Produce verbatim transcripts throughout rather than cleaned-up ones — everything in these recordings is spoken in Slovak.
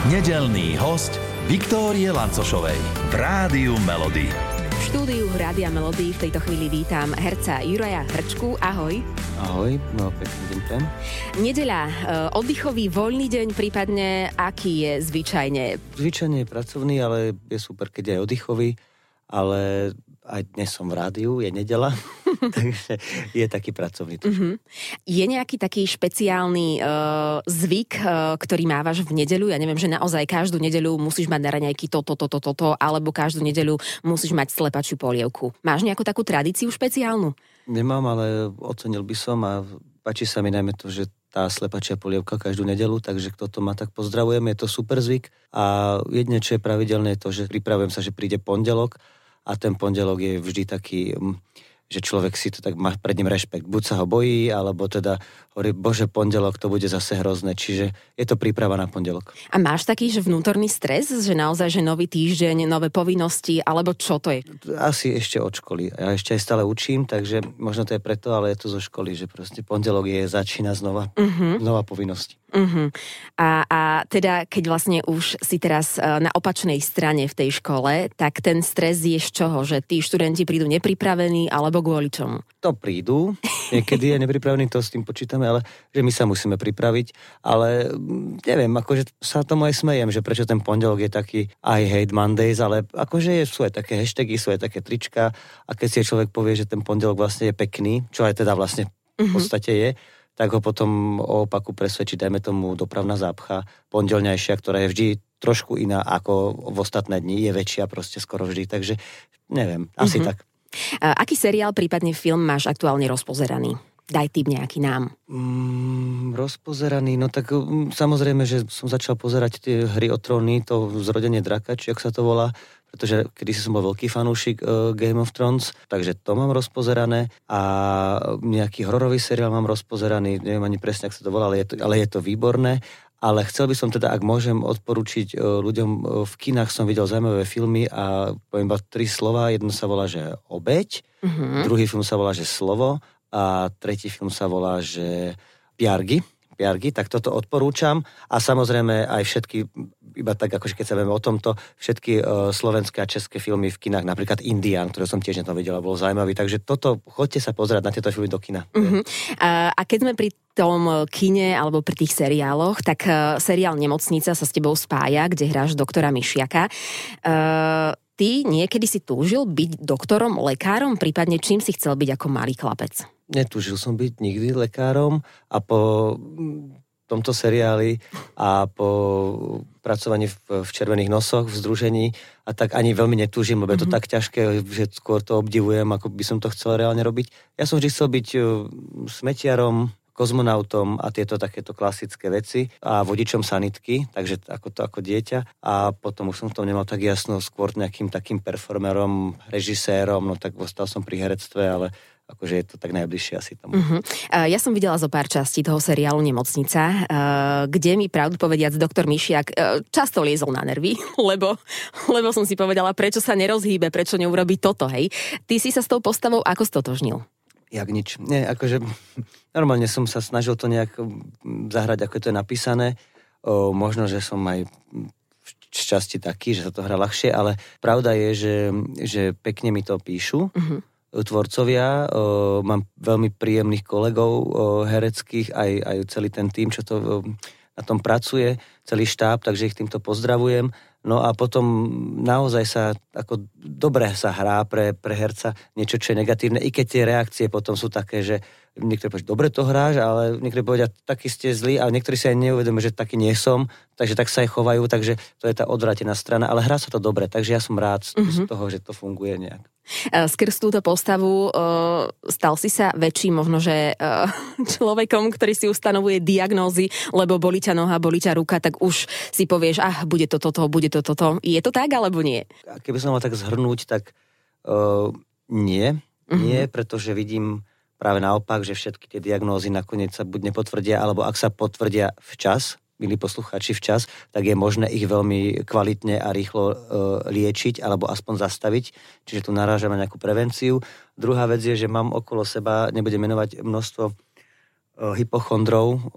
Nedeľný host Viktórie Lancošovej v Rádiu Melody. V štúdiu Rádia Melody v tejto chvíli vítam herca Juraja Hrčku. Ahoj. Ahoj, no pekný deň prem. Nedeľa, oddychový voľný deň, prípadne aký je zvyčajne? Zvyčajne je pracovný, ale je super, keď je oddychový, ale aj dnes som v rádiu, je nedeľa, takže je taký pracovný. Uh-huh. Je nejaký taký špeciálny uh, zvyk, uh, ktorý mávaš v nedeľu? Ja neviem, že naozaj každú nedeľu musíš mať na raňajky toto, toto, toto, alebo každú nedeľu musíš mať slepačiu polievku. Máš nejakú takú tradíciu špeciálnu? Nemám, ale ocenil by som a páči sa mi najmä to, že tá slepačia polievka každú nedeľu, takže kto to má, tak pozdravujem, je to super zvyk. A jedine, čo je pravidelné, je to, že pripravujem sa, že príde pondelok a ten pondelok je vždy taký, že človek si to tak má pred ním rešpekt. Buď sa ho bojí, alebo teda hovorí, bože, pondelok, to bude zase hrozné. Čiže je to príprava na pondelok. A máš taký, že vnútorný stres, že naozaj, že nový týždeň, nové povinnosti, alebo čo to je? Asi ešte od školy. Ja ešte aj stále učím, takže možno to je preto, ale je to zo školy, že proste pondelok je, začína znova, uh-huh. nová povinnosť. Uh-huh. A, a teda, keď vlastne už si teraz na opačnej strane v tej škole, tak ten stres je z čoho? Že tí študenti prídu nepripravení, alebo kvôli čomu? To prídu. Niekedy je nepripravený, to s tým počítame, ale že my sa musíme pripraviť. Ale neviem, akože sa tomu aj smejem, že prečo ten pondelok je taký I hate Mondays, ale akože sú aj také hashtagy, sú aj také trička a keď si človek povie, že ten pondelok vlastne je pekný, čo aj teda vlastne v podstate je, tak ho potom o opaku presvedčí, dajme tomu dopravná zápcha, pondelňajšia, ktorá je vždy trošku iná ako v ostatné dni, je väčšia proste skoro vždy, takže neviem, asi mm-hmm. tak. A aký seriál, prípadne film máš aktuálne rozpozeraný? Daj tip nejaký nám. Mm, rozpozeraný, no tak um, samozrejme, že som začal pozerať tie Hry o tróny, to Zrodenie draka, či ak sa to volá, pretože kedysi som bol veľký fanúšik uh, Game of Thrones, takže to mám rozpozerané a nejaký hororový seriál mám rozpozeraný, neviem ani presne, ak sa to volá, ale je to, ale je to výborné. Ale chcel by som teda, ak môžem odporučiť uh, ľuďom, uh, v kinách som videl zaujímavé filmy a poviem iba tri slova, jedno sa volá, že Obeť, uh-huh. druhý film sa volá, že Slovo a tretí film sa volá, že Piargy. Piargy, tak toto odporúčam a samozrejme aj všetky, iba tak akože keď sa vieme o tomto, všetky uh, slovenské a české filmy v kinách, napríklad Indián, ktoré som tiež netom videla, bol zaujímavý, takže toto, choďte sa pozerať na tieto filmy do kina. Uh-huh. A, a keď sme pri tom kine alebo pri tých seriáloch, tak uh, seriál Nemocnica sa s tebou spája, kde hráš doktora Myšiaka. Uh, ty niekedy si túžil byť doktorom, lekárom, prípadne čím si chcel byť ako malý chlapec? Netúžil som byť nikdy lekárom a po tomto seriáli a po pracovaní v, v Červených nosoch, v združení a tak ani veľmi netúžim, lebo je to mm-hmm. tak ťažké, že skôr to obdivujem, ako by som to chcel reálne robiť. Ja som vždy chcel byť smetiarom, kozmonautom a tieto takéto klasické veci a vodičom sanitky, takže ako to ako dieťa a potom už som v tom nemal tak jasno, skôr nejakým takým performerom, režisérom, no tak ostal som pri herectve, ale akože je to tak najbližšie asi tomu. Uh-huh. Ja som videla zo pár častí toho seriálu Nemocnica, kde mi pravdu povediac doktor Myšiak často liezol na nervy, lebo, lebo som si povedala, prečo sa nerozhýbe, prečo neurobí toto, hej. Ty si sa s tou postavou ako stotožnil? Jak nič. Nie, akože normálne som sa snažil to nejak zahrať, ako to je napísané. O, možno, že som aj v časti taký, že sa to hrá ľahšie, ale pravda je, že, že pekne mi to píšu. Uh-huh. Tvorcovia, o, mám veľmi príjemných kolegov o, hereckých, aj, aj celý ten tým, čo to o, na tom pracuje, celý štáb, takže ich týmto pozdravujem. No a potom naozaj sa ako dobre sa hrá pre, pre herca niečo, čo je negatívne, i keď tie reakcie potom sú také, že niektorí povedia, dobre to hráš, ale niektorí povedia, taký ste zlí, ale niektorí si aj neuvedomujú, že taký nie som, takže tak sa aj chovajú, takže to je tá odvrátená strana, ale hrá sa to dobre, takže ja som rád mm-hmm. z toho, že to funguje nejak. Skrz túto postavu uh, stal si sa väčším možno, že uh, človekom, ktorý si ustanovuje diagnózy, lebo boli ťa noha, boli ťa ruka, tak už si povieš, ah, bude to toto, bude to toto. Je to tak, alebo nie? Keby som mal tak zhrnúť, tak uh, nie. Uh-huh. Nie, pretože vidím práve naopak, že všetky tie diagnózy nakoniec sa buď nepotvrdia, alebo ak sa potvrdia včas, milí poslucháči, včas, tak je možné ich veľmi kvalitne a rýchlo e, liečiť alebo aspoň zastaviť. Čiže tu narážam na nejakú prevenciu. Druhá vec je, že mám okolo seba, nebudem menovať množstvo hypochondrov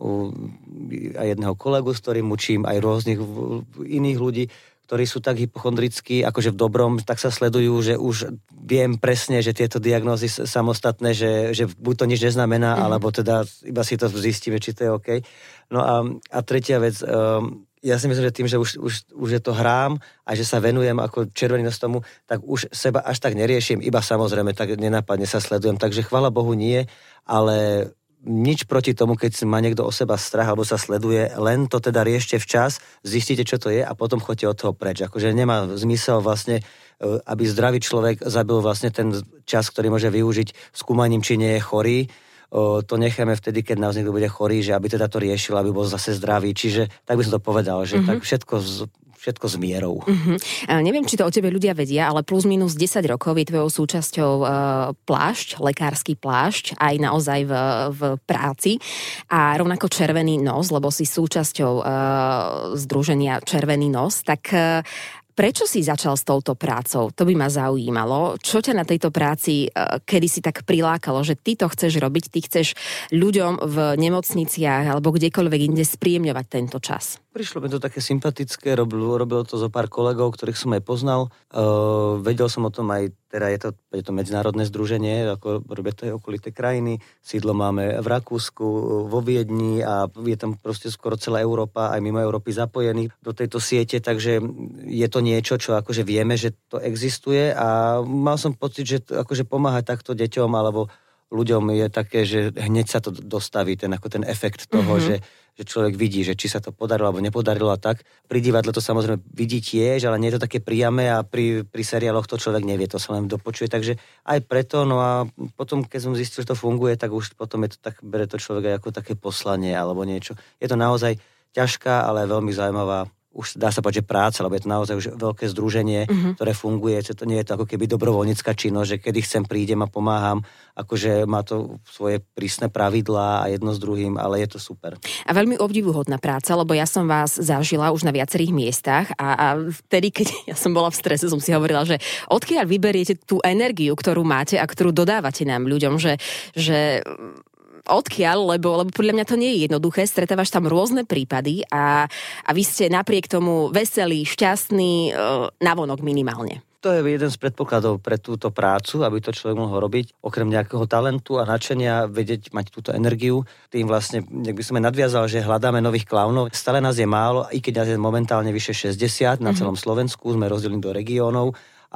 a jedného kolegu, s ktorým učím, aj rôznych iných ľudí, ktorí sú tak hypochondrickí, akože v dobrom, tak sa sledujú, že už viem presne, že tieto diagnózy samostatné, že, že buď to nič neznamená, mm. alebo teda iba si to zistíme, či to je OK. No a, a tretia vec, um, ja si myslím, že tým, že už, už, už je to hrám a že sa venujem ako červený nos tomu, tak už seba až tak neriešim, iba samozrejme, tak nenápadne sa sledujem. Takže chvála Bohu nie, ale nič proti tomu, keď má niekto o seba strach alebo sa sleduje, len to teda riešte včas, zistíte, čo to je a potom choďte od toho preč. Akože nemá zmysel vlastne, aby zdravý človek zabil vlastne ten čas, ktorý môže využiť skúmaním, či nie je chorý. O, to necháme vtedy, keď nás niekto bude chorý, že aby teda to riešil, aby bol zase zdravý. Čiže tak by som to povedal, že mm-hmm. tak všetko z, všetko s mierou. Mm-hmm. Neviem, či to o tebe ľudia vedia, ale plus minus desať rokov je tvojou súčasťou uh, plášť, lekársky plášť, aj naozaj v, v práci. A rovnako Červený nos, lebo si súčasťou uh, združenia Červený nos, tak uh, prečo si začal s touto prácou? To by ma zaujímalo. Čo ťa na tejto práci kedy si tak prilákalo, že ty to chceš robiť, ty chceš ľuďom v nemocniciach alebo kdekoľvek inde spríjemňovať tento čas? Prišlo mi to také sympatické, robilo, robilo to zo pár kolegov, ktorých som aj poznal. Uh, vedel som o tom aj, teda je to, je to medzinárodné združenie, ako robia to aj okolité krajiny. Sídlo máme v Rakúsku, vo Viedni a je tam proste skoro celá Európa, aj mimo Európy zapojený do tejto siete, takže je to niečo, čo akože vieme, že to existuje a mal som pocit, že to, akože pomáhať takto deťom alebo ľuďom je také, že hneď sa to dostaví, ten, ako ten efekt toho, mm-hmm. že, že človek vidí, že či sa to podarilo alebo nepodarilo a tak. Pri divadle to samozrejme vidí tiež, ale nie je to také priame a pri, pri seriáloch to človek nevie, to sa len dopočuje, takže aj preto, no a potom, keď som zistil, že to funguje, tak už potom je to tak, bere to človek aj ako také poslanie alebo niečo. Je to naozaj ťažká, ale veľmi zaujímavá, už dá sa povedať, že práca, lebo je to naozaj už veľké združenie, uh-huh. ktoré funguje, to nie je to ako keby dobrovoľnícka činnosť, že kedy chcem prídem a pomáham, akože má to svoje prísne pravidlá a jedno s druhým, ale je to super. A veľmi obdivuhodná práca, lebo ja som vás zažila už na viacerých miestach a, a vtedy, keď ja som bola v strese, som si hovorila, že odkiaľ vyberiete tú energiu, ktorú máte a ktorú dodávate nám ľuďom, že, že odkiaľ, lebo, lebo podľa mňa to nie je jednoduché, stretávaš tam rôzne prípady a, a vy ste napriek tomu veselí, šťastní, navonok minimálne. To je jeden z predpokladov pre túto prácu, aby to človek mohol robiť. Okrem nejakého talentu a nadšenia, vedieť, mať túto energiu. Tým vlastne, nech by som aj nadviazal, že hľadáme nových klaunov. Stále nás je málo, i keď nás je momentálne vyše šesťdesiat na celom Slovensku, sme rozdelení do regiónov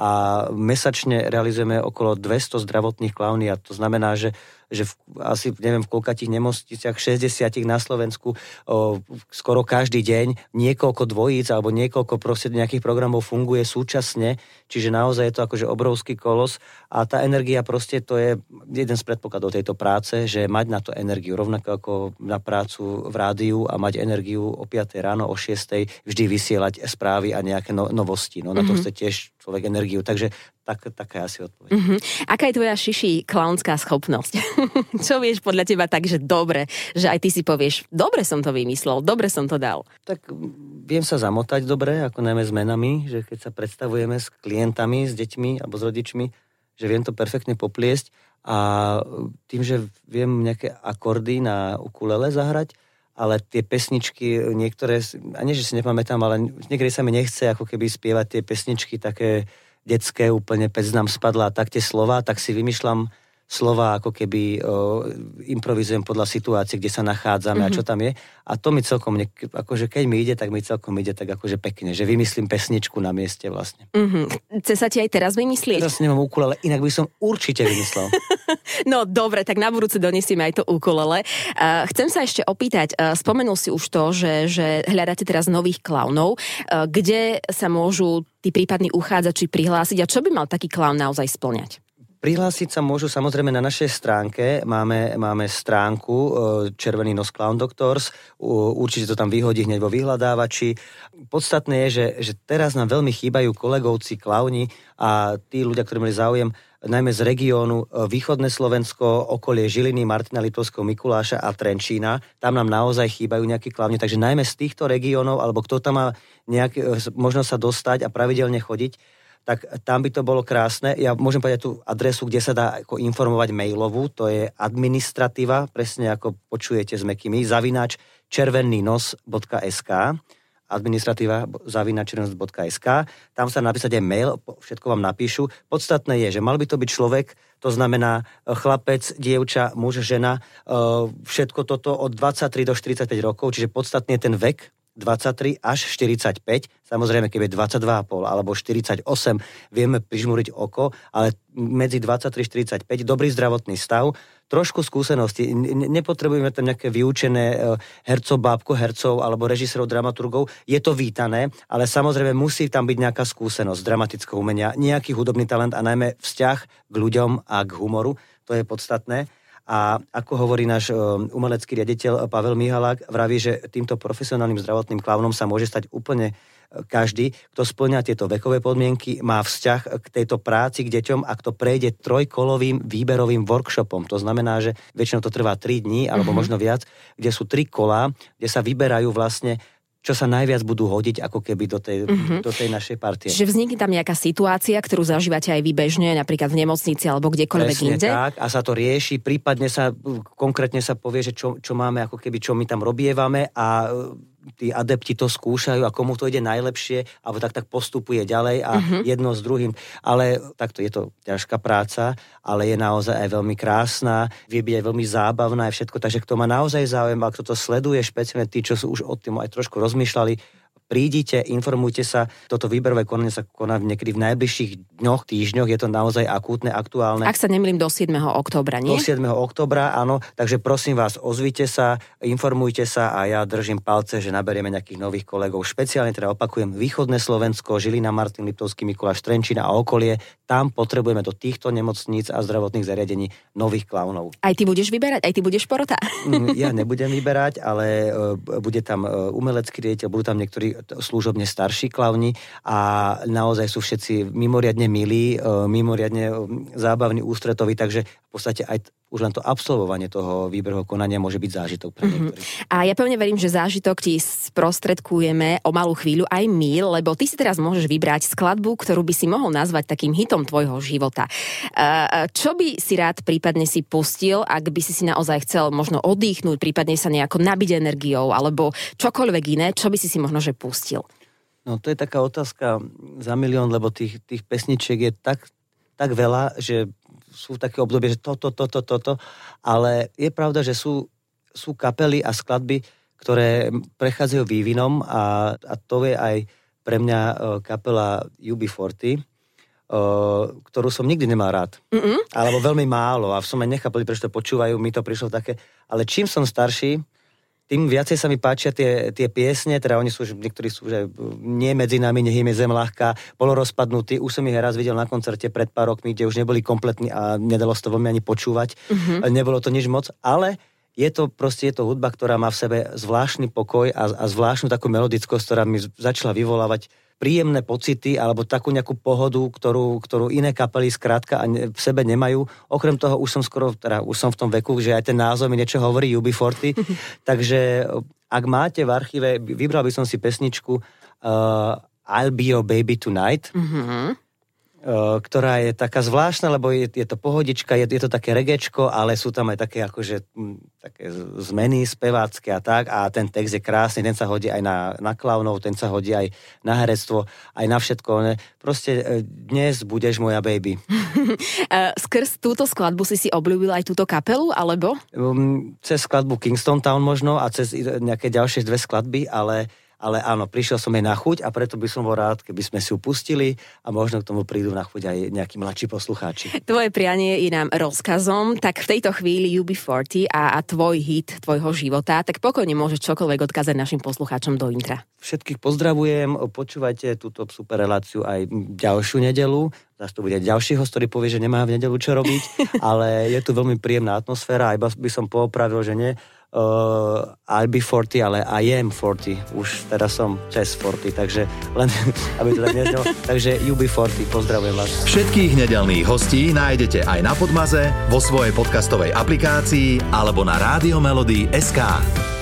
a mesačne realizujeme okolo dvesto zdravotných klauní a to znamená, že že v, asi neviem v koľkatých nemocniciach, šesťdesiat na Slovensku, o, skoro každý deň niekoľko dvojíc alebo niekoľko proste nejakých programov funguje súčasne, čiže naozaj je to akože obrovský kolos a tá energia proste to je jeden z predpokladov tejto práce, že mať na to energiu, rovnako ako na prácu v rádiu a mať energiu o piatej ráno, o šiestej vždy vysielať správy a nejaké no, novosti. No na to chce tiež človek energiu, takže tak, taká je asi odpoveď. Mm-hmm. Aká je tvoja šiši klaunská schopnosť? Čo vieš podľa teba tak, že dobre, že aj ty si povieš, dobre som to vymyslel, dobre som to dal? Tak viem sa zamotať dobre, ako najmä s menami, že keď sa predstavujeme s klientami, s deťmi alebo s rodičmi, že viem to perfektne popliesť a tým, že viem nejaké akordy na ukulele zahrať, ale tie pesničky, niektoré, a nie, že si nepamätám, ale niekedy sa mi nechce ako keby spievať tie pesničky také detské, úplne pec nám spadla a tak tie slova, tak si vymýšľam slova, ako keby o, improvizujem podľa situácie, kde sa nachádzame mm-hmm. a čo tam je. A to mi celkom, ne, akože keď mi ide, tak mi celkom ide tak akože pekne, že vymyslím pesničku na mieste vlastne. Mm-hmm. Chce sa ti aj teraz vymyslieť? Teraz nemám ukulele, inak by som určite vymyslel. No dobre, tak na budúce donesieme aj to ukulele. Uh, chcem sa ešte opýtať, uh, spomenul si už to, že, že hľadáte teraz nových klaunov. Uh, kde sa môžu tí prípadní uchádzači prihlásiť a čo by mal taký klaun naozaj spĺňať? Prihlásiť sa môžu samozrejme na našej stránke. Máme, máme stránku Červený nos Clown Doctors. Určite to tam vyhodí hneď vo vyhľadávači. Podstatné je, že, že teraz nám veľmi chýbajú kolegovci klauni a tí ľudia, ktorí mali záujem najmä z regiónu východné Slovensko, okolie Žiliny, Martina Litovského, Mikuláša a Trenčína. Tam nám naozaj chýbajú nejakí klauni. Takže najmä z týchto regiónov, alebo kto tam má nejak, možnosť sa dostať a pravidelne chodiť, tak tam by to bolo krásne. Ja môžem povedať tú adresu, kde sa dá ako informovať mailovú, to je administratíva, presne ako počujete s mäkkými, zavináč červený nos bodka es ká, administratíva zavináč červený nos bodka es ká, tam sa napísať aj mail, všetko vám napíšu. Podstatné je, že mal by to byť človek, to znamená chlapec, dievča, muž, žena, všetko toto od dvadsaťtri do štyridsaťpäť rokov, čiže podstatne je ten vek, dvadsaťtri až štyridsaťpäť, samozrejme, keď je dvadsaťdva a pol alebo štyridsaťosem, vieme prižmúriť oko, ale medzi dvadsaťtri a štyridsaťpäť, dobrý zdravotný stav, trošku skúsenosti, nepotrebujeme tam nejaké vyučené hercov, bábko, hercov alebo režisérov, dramaturgov, je to vítané, ale samozrejme musí tam byť nejaká skúsenosť dramatického umenia, nejaký hudobný talent a najmä vzťah k ľuďom a k humoru, to je podstatné. A ako hovorí náš umelecký riaditeľ Pavel Mihalák, vraví, že týmto profesionálnym zdravotným klaunom sa môže stať úplne každý, kto spĺňa tieto vekové podmienky, má vzťah k tejto práci, k deťom a kto prejde trojkolovým výberovým workshopom. To znamená, že väčšinou to trvá tri dní alebo mm-hmm. možno viac, kde sú tri kolá, kde sa vyberajú vlastne čo sa najviac budú hodiť ako keby do tej, mm-hmm. do tej našej partie. Čiže vznikne tam nejaká situácia, ktorú zažívate aj vy bežne, napríklad v nemocnici alebo kdekoľvek presne inde? Tak, a sa to rieši, prípadne sa konkrétne sa povie, že čo, čo máme, ako keby čo my tam robievame a tí adepti to skúšajú a komu to ide najlepšie, alebo tak tak postupuje ďalej a uh-huh. jedno s druhým. Ale takto je to ťažká práca, ale je naozaj aj veľmi krásna, vie byť aj veľmi zábavná aj všetko, takže kto má naozaj záujem, ak toto sleduje, špeciálne tí, čo sú už o tým aj trošku rozmýšľali, prídite, informujte sa, toto výberové konanie sa koná niekedy v najbližších dňoch, týždňoch, je to naozaj akútne, aktuálne. Ak sa nemýlim, do siedmeho októbra, nie? Do siedmeho októbra, áno, takže prosím vás, ozvite sa, informujte sa a ja držím palce, že naberieme nejakých nových kolegov. Špeciálne teda opakujem, východné Slovensko, Žilina, Martin Liptovský, Mikuláš, Trenčín a okolie, tam potrebujeme do týchto nemocníc a zdravotných zariadení nových klaunov. Aj ty budeš vyberať? Aj ty budeš porota? Ja nebudem vyberať, ale bude tam umelecký riaditeľ, budú tam niektorí služobne starší klauni a naozaj sú všetci mimoriadne milí, mimoriadne zábavní, ústretoví, takže v podstate aj už len to absolvovanie toho výberového konania môže byť zážitok pre niektorých. Mm-hmm. A ja pevne verím, že zážitok ti sprostredkujeme o malú chvíľu aj my, lebo ty si teraz môžeš vybrať skladbu, ktorú by si mohol nazvať takým hitom tvojho života. Čo by si rád prípadne si pustil, ak by si si naozaj chcel možno oddychnúť, prípadne sa nejako nabiť energiou, alebo čokoľvek iné, čo by si si možno že pustil? No to je taká otázka za milión, lebo tých, tých pesničiek je tak, tak veľa, že sú také obdobie, že toto, toto, toto, to, ale je pravda, že sú, sú kapely a skladby, ktoré prechádzajú vývinom a, a to je aj pre mňa uh, kapela U B štyridsať, uh, ktorú som nikdy nemal rád. Mm-mm. Alebo veľmi málo a som aj nechápal, prečo to počúvajú, mi to prišlo také, ale čím som starší, tým viacej sa mi páčia tie, tie piesne, teda oni sú, niektorí sú, že nie medzi nami, nech im je zem ľahká, bolo rozpadnutý, už som ich raz videl na koncerte pred pár rokmi, kde už neboli kompletní a nedalo sa to veľmi ani počúvať, mm-hmm. nebolo to nič moc, ale je to proste, je to hudba, ktorá má v sebe zvláštny pokoj a, a zvláštnu takú melodickosť, ktorá mi začala vyvolávať príjemné pocity alebo takú nejakú pohodu, ktorú, ktorú iné kapely skrátka v sebe nemajú. Okrem toho už som skoro, teda už som v tom veku, že aj ten názov mi niečo hovorí, U B štyridsať. Takže ak máte v archíve, vybral by som si pesničku uh, I'll Be Your Baby Tonight, mm-hmm. uh, ktorá je taká zvláštna, lebo je, je to pohodička, je, je to také regečko, ale sú tam aj také akože m, také zmeny spevácké a tak a ten text je krásny, ten sa hodí aj na, na klaunov, ten sa hodí aj na herectvo, aj na všetko. Ne? Proste dnes budeš moja baby. Skrz túto skladbu si si obľúbil aj túto kapelu, alebo? Um, cez skladbu Kingston Town možno a cez nejaké ďalšie dve skladby, ale Ale áno, prišiel som jej na chuť a preto by som bol rád, keby sme si ju pustili a možno k tomu prídu na chuť aj nejakí mladší poslucháči. Tvoje prianie je nám rozkazom, tak v tejto chvíli U B štyridsať a, a tvoj hit tvojho života, tak pokojne môžeš čokoľvek odkázať našim poslucháčom do intra. Všetkých pozdravujem, počúvajte túto super reláciu aj ďalšiu nedeľu. Zase to bude ďalší host, ktorý povie, že nemá v nedeľu čo robiť, ale je tu veľmi príjemná atmosféra a iba by som poopravil, že nie Uh, I'll be štyridsať, ale I am štyridsať. Už teraz som cez štyridsať, takže len, aby to tak neznelo. Takže U B štyridsať, pozdravujem vás. Všetkých nedeľných hostí nájdete aj na Podmaze, vo svojej podcastovej aplikácii alebo na rádio melody bodka es ká.